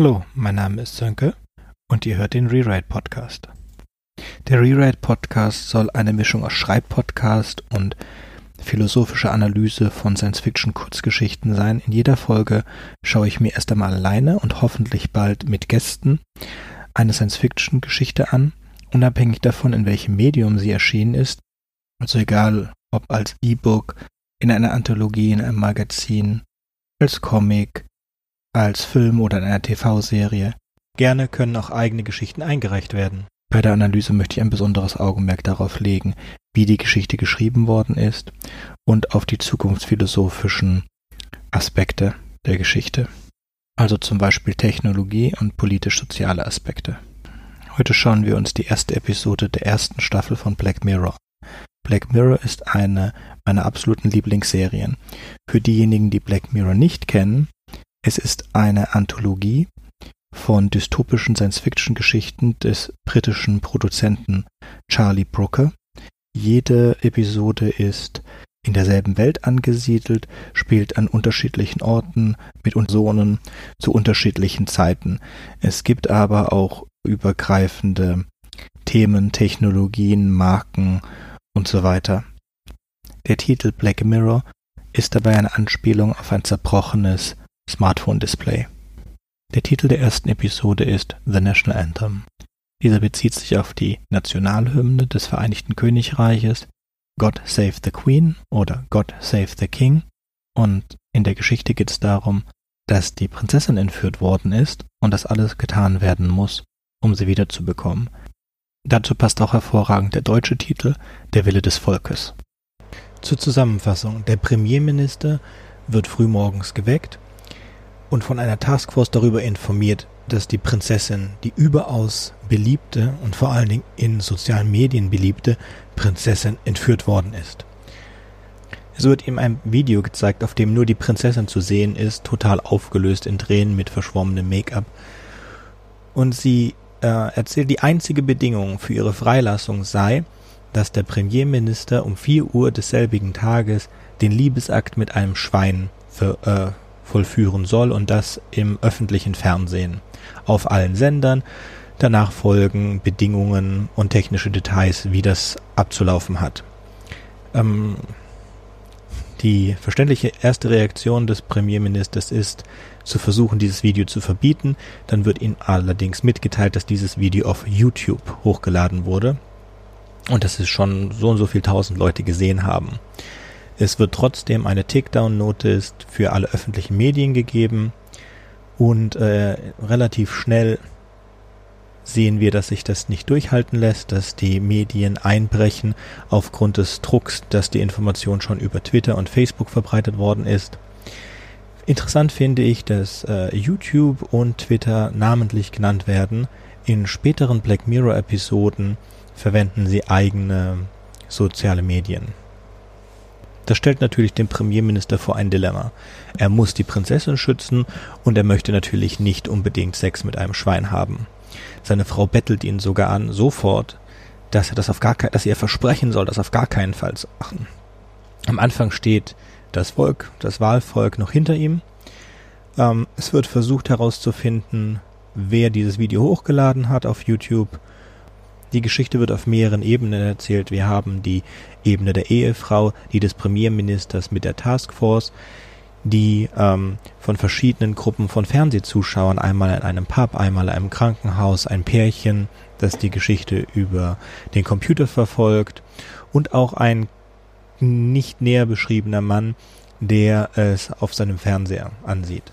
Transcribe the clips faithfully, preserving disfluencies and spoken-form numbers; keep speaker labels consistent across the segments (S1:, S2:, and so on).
S1: Hallo, mein Name ist Sönke und ihr hört den Rewrite Podcast. Der Rewrite Podcast soll eine Mischung aus Schreibpodcast und philosophischer Analyse von Science-Fiction-Kurzgeschichten sein. In jeder Folge schaue ich mir erst einmal alleine und hoffentlich bald mit Gästen eine Science-Fiction-Geschichte an, unabhängig davon, in welchem Medium sie erschienen ist. Also egal, ob als E-Book, in einer Anthologie, in einem Magazin, als Comic, als Film oder in einer T V-Serie. Gerne können auch eigene Geschichten eingereicht werden. Bei der Analyse möchte ich ein besonderes Augenmerk darauf legen, wie die Geschichte geschrieben worden ist und auf die zukunftsphilosophischen Aspekte der Geschichte. Also zum Beispiel Technologie und politisch-soziale Aspekte. Heute schauen wir uns die erste Episode der ersten Staffel von Black Mirror. Black Mirror ist eine meiner absoluten Lieblingsserien. Für diejenigen, die Black Mirror nicht kennen, es ist eine Anthologie von dystopischen Science-Fiction-Geschichten des britischen Produzenten Charlie Brooker. Jede Episode ist in derselben Welt angesiedelt, spielt an unterschiedlichen Orten mit Personen zu unterschiedlichen Zeiten. Es gibt aber auch übergreifende Themen, Technologien, Marken und so weiter. Der Titel Black Mirror ist dabei eine Anspielung auf ein zerbrochenes Smartphone-Display. Der Titel der ersten Episode ist The National Anthem. Dieser bezieht sich auf die Nationalhymne des Vereinigten Königreiches, God Save the Queen oder God Save the King. Und in der Geschichte geht es darum, dass die Prinzessin entführt worden ist und dass alles getan werden muss, um sie wiederzubekommen. Dazu passt auch hervorragend der deutsche Titel Der Wille des Volkes. Zur Zusammenfassung: Der Premierminister wird frühmorgens geweckt und von einer Taskforce darüber informiert, dass die Prinzessin, die überaus beliebte und vor allen Dingen in sozialen Medien beliebte Prinzessin, entführt worden ist. Es wird ihm ein Video gezeigt, auf dem nur die Prinzessin zu sehen ist, total aufgelöst in Tränen mit verschwommenem Make-up. Und sie äh, erzählt, die einzige Bedingung für ihre Freilassung sei, dass der Premierminister um vier Uhr desselbigen Tages den Liebesakt mit einem Schwein für, äh, vollführen soll und das im öffentlichen Fernsehen. Auf allen Sendern. Danach folgen Bedingungen und technische Details, wie das abzulaufen hat. Ähm, die verständliche erste Reaktion des Premierministers ist, zu versuchen, dieses Video zu verbieten. Dann wird ihm allerdings mitgeteilt, dass dieses Video auf YouTube hochgeladen wurde und dass es schon so und so viel tausend Leute gesehen haben. Es wird trotzdem eine Takedown-Notice für alle öffentlichen Medien gegeben und äh, relativ schnell sehen wir, dass sich das nicht durchhalten lässt, dass die Medien einbrechen aufgrund des Drucks, dass die Information schon über Twitter und Facebook verbreitet worden ist. Interessant finde ich, dass äh, YouTube und Twitter namentlich genannt werden. In späteren Black Mirror-Episoden verwenden sie eigene soziale Medien. Das stellt natürlich den Premierminister vor ein Dilemma. Er muss die Prinzessin schützen und er möchte natürlich nicht unbedingt Sex mit einem Schwein haben. Seine Frau bettelt ihn sogar an, sofort, dass er das auf gar ke- dass er versprechen soll, das auf gar keinen Fall zu machen. Am Anfang steht das Volk, das Wahlvolk noch hinter ihm. Ähm, es wird versucht herauszufinden, wer dieses Video hochgeladen hat auf YouTube. Die Geschichte wird auf mehreren Ebenen erzählt. Wir haben die Ebene der Ehefrau, die des Premierministers mit der Taskforce, die ähm, von verschiedenen Gruppen von Fernsehzuschauern, einmal in einem Pub, einmal in einem Krankenhaus, ein Pärchen, das die Geschichte über den Computer verfolgt und auch ein nicht näher beschriebener Mann, der es auf seinem Fernseher ansieht.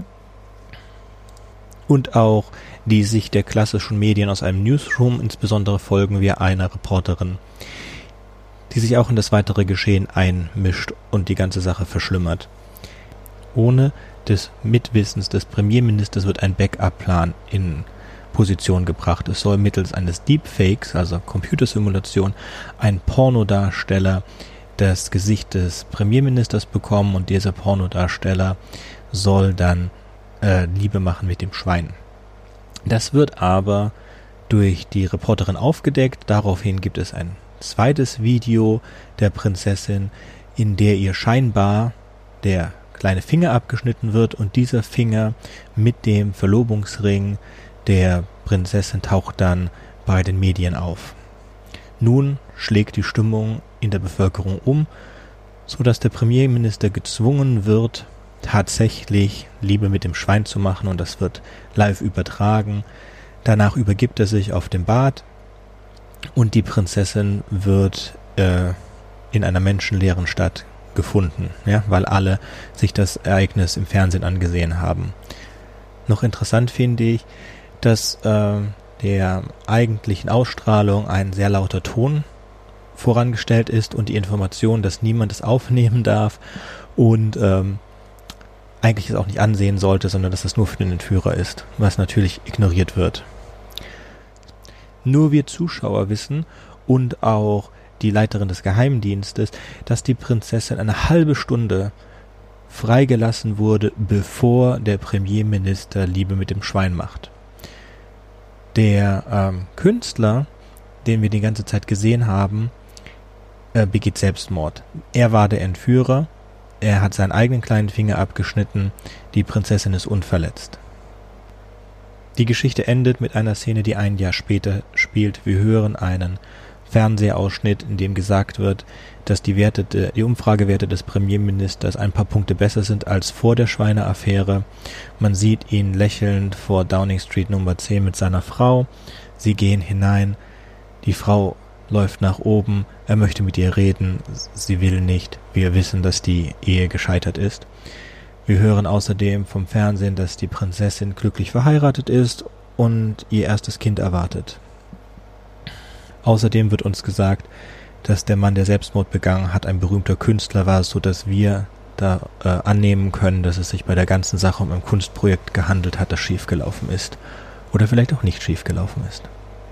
S1: Und auch die Sicht der klassischen Medien aus einem Newsroom, insbesondere folgen wir einer Reporterin, die sich auch in das weitere Geschehen einmischt und die ganze Sache verschlimmert. Ohne des Mitwissens des Premierministers wird ein Backup-Plan in Position gebracht. Es soll mittels eines Deepfakes, also Computersimulation, ein Pornodarsteller das Gesicht des Premierministers bekommen und dieser Pornodarsteller soll dann äh, Liebe machen mit dem Schwein. Das wird aber durch die Reporterin aufgedeckt. Daraufhin gibt es ein zweites Video der Prinzessin, in der ihr scheinbar der kleine Finger abgeschnitten wird und dieser Finger mit dem Verlobungsring der Prinzessin taucht dann bei den Medien auf. Nun schlägt die Stimmung in der Bevölkerung um, sodass der Premierminister gezwungen wird, tatsächlich Liebe mit dem Schwein zu machen und das wird live übertragen. Danach übergibt er sich auf dem Bad und die Prinzessin wird äh, in einer menschenleeren Stadt gefunden, ja, weil alle sich das Ereignis im Fernsehen angesehen haben. Noch interessant finde ich, dass äh, der eigentlichen Ausstrahlung ein sehr lauter Ton vorangestellt ist und die Information, dass niemand es aufnehmen darf und ähm, eigentlich es auch nicht ansehen sollte, sondern dass es nur für den Entführer ist, was natürlich ignoriert wird. Nur wir Zuschauer wissen und auch die Leiterin des Geheimdienstes, dass die Prinzessin eine halbe Stunde freigelassen wurde, bevor der Premierminister Liebe mit dem Schwein macht. Der ähm, Künstler, den wir die ganze Zeit gesehen haben, äh, begeht Selbstmord. Er war der Entführer, er hat seinen eigenen kleinen Finger abgeschnitten, die Prinzessin ist unverletzt. Die Geschichte endet mit einer Szene, die ein Jahr später spielt. Wir hören einen Fernsehausschnitt, in dem gesagt wird, dass die Werte, die Umfragewerte des Premierministers ein paar Punkte besser sind als vor der Schweineaffäre. Man sieht ihn lächelnd vor Downing Street Nummer zehn mit seiner Frau. Sie gehen hinein. Die Frau läuft nach oben. Er möchte mit ihr reden. Sie will nicht. Wir wissen, dass die Ehe gescheitert ist. Wir hören außerdem vom Fernsehen, dass die Prinzessin glücklich verheiratet ist und ihr erstes Kind erwartet. Außerdem wird uns gesagt, dass der Mann, der Selbstmord begangen hat, ein berühmter Künstler war, so dass wir da äh, annehmen können, dass es sich bei der ganzen Sache um ein Kunstprojekt gehandelt hat, das schiefgelaufen ist. Oder vielleicht auch nicht schiefgelaufen ist.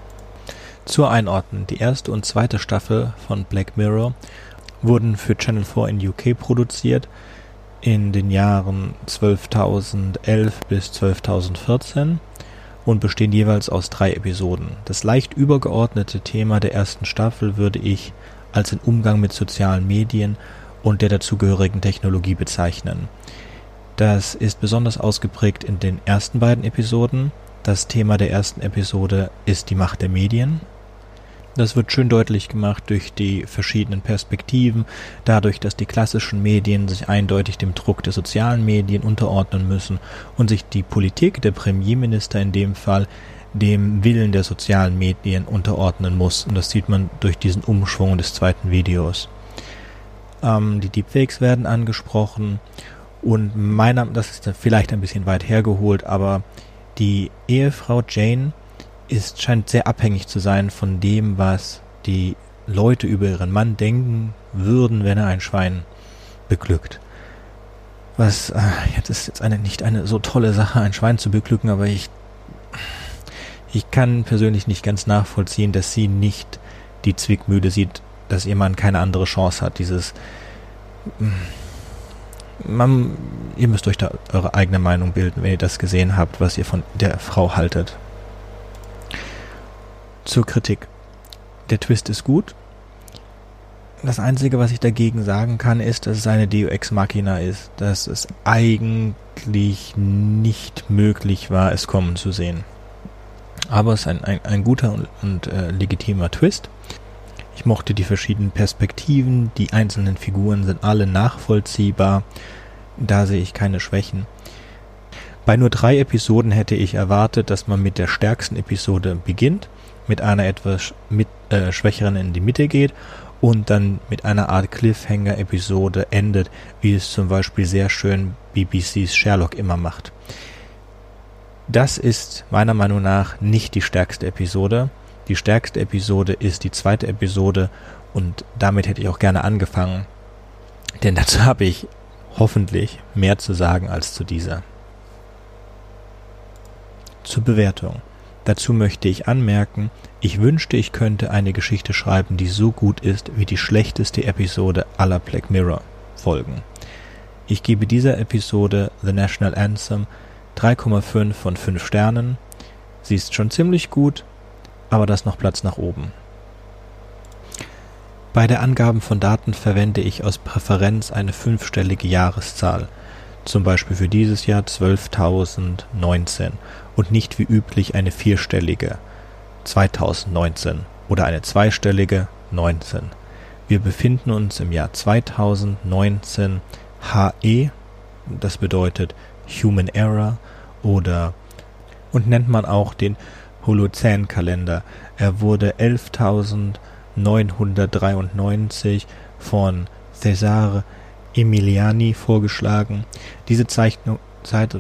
S1: Zur Einordnung. Die erste und zweite Staffel von Black Mirror wurden für Channel vier in U K produziert in den Jahren zwölftausendelf bis zwölftausendvierzehn und bestehen jeweils aus drei Episoden. Das leicht übergeordnete Thema der ersten Staffel würde ich als den Umgang mit sozialen Medien und der dazugehörigen Technologie bezeichnen. Das ist besonders ausgeprägt in den ersten beiden Episoden. Das Thema der ersten Episode ist die Macht der Medien. Das wird schön deutlich gemacht durch die verschiedenen Perspektiven, dadurch, dass die klassischen Medien sich eindeutig dem Druck der sozialen Medien unterordnen müssen und sich die Politik, der Premierminister in dem Fall, dem Willen der sozialen Medien unterordnen muss. Und das sieht man durch diesen Umschwung des zweiten Videos. Ähm, die Deepfakes werden angesprochen und meiner, das ist vielleicht ein bisschen weit hergeholt, aber die Ehefrau Jane ist, scheint sehr abhängig zu sein von dem, was die Leute über ihren Mann denken würden, wenn er ein Schwein beglückt. Was, äh, ja, das ist jetzt eine, nicht eine so tolle Sache, ein Schwein zu beglücken, aber ich, ich kann persönlich nicht ganz nachvollziehen, dass sie nicht die Zwickmühle sieht, dass ihr Mann keine andere Chance hat. Dieses, man, ihr müsst euch da eure eigene Meinung bilden, wenn ihr das gesehen habt, was ihr von der Frau haltet. Zur Kritik. Der Twist ist gut. Das Einzige, was ich dagegen sagen kann, ist, dass es eine Deus Ex Machina ist, dass es eigentlich nicht möglich war, es kommen zu sehen. Aber es ist ein, ein, ein guter und, und äh, legitimer Twist. Ich mochte die verschiedenen Perspektiven, die einzelnen Figuren sind alle nachvollziehbar, da sehe ich keine Schwächen. Bei nur drei Episoden hätte ich erwartet, dass man mit der stärksten Episode beginnt, mit einer etwas mit, äh, schwächeren in die Mitte geht und dann mit einer Art Cliffhanger-Episode endet, wie es zum Beispiel sehr schön B B C's Sherlock immer macht. Das ist meiner Meinung nach nicht die stärkste Episode. Die stärkste Episode ist die zweite Episode und damit hätte ich auch gerne angefangen, denn dazu habe ich hoffentlich mehr zu sagen als zu dieser. Zur Bewertung. Dazu möchte ich anmerken, ich wünschte, ich könnte eine Geschichte schreiben, die so gut ist wie die schlechteste Episode aller Black Mirror Folgen. Ich gebe dieser Episode The National Anthem drei Komma fünf von fünf Sternen. Sie ist schon ziemlich gut, aber da ist noch Platz nach oben. Bei der Angabe von Daten verwende ich aus Präferenz eine fünfstellige Jahreszahl. zum Beispiel für dieses Jahr zwölftausendneunzehn und nicht wie üblich eine vierstellige zweitausendneunzehn oder eine zweistellige neunzehn. Wir befinden uns im Jahr zweitausendneunzehn H E, das bedeutet Human Era oder und nennt man auch den Holozän-Kalender. Er wurde elftausendneunhundertdreiundneunzig von Cesare Emiliani vorgeschlagen. Diese Zeichnung, Zeit,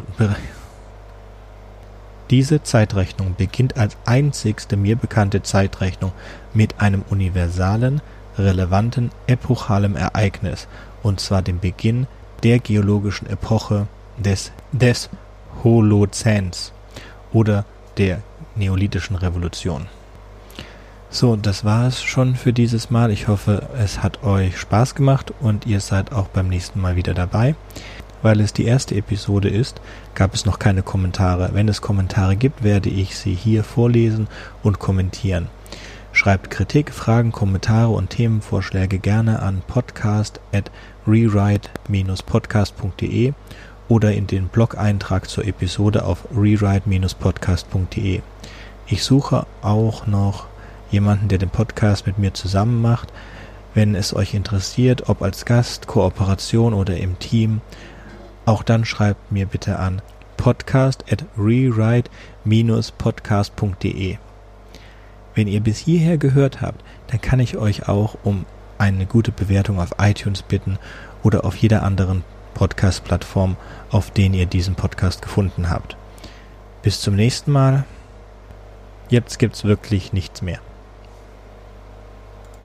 S1: diese Zeitrechnung beginnt als einzigste mir bekannte Zeitrechnung mit einem universalen, relevanten, epochalen Ereignis, und zwar dem Beginn der geologischen Epoche des, des Holozäns oder der Neolithischen Revolution. So, das war es schon für dieses Mal. Ich hoffe, es hat euch Spaß gemacht und ihr seid auch beim nächsten Mal wieder dabei. Weil es die erste Episode ist, gab es noch keine Kommentare. Wenn es Kommentare gibt, werde ich sie hier vorlesen und kommentieren. Schreibt Kritik, Fragen, Kommentare und Themenvorschläge gerne an podcast at rewrite dash podcast punkt de oder in den Blog-Eintrag zur Episode auf rewrite dash podcast punkt de. Ich suche auch noch jemanden, der den Podcast mit mir zusammen macht. Wenn es euch interessiert, ob als Gast, Kooperation oder im Team, auch dann schreibt mir bitte an podcast at rewrite dash podcast punkt de. Wenn ihr bis hierher gehört habt, dann kann ich euch auch um eine gute Bewertung auf iTunes bitten oder auf jeder anderen Podcast-Plattform, auf denen ihr diesen Podcast gefunden habt. Bis zum nächsten Mal. Jetzt gibt's wirklich nichts mehr.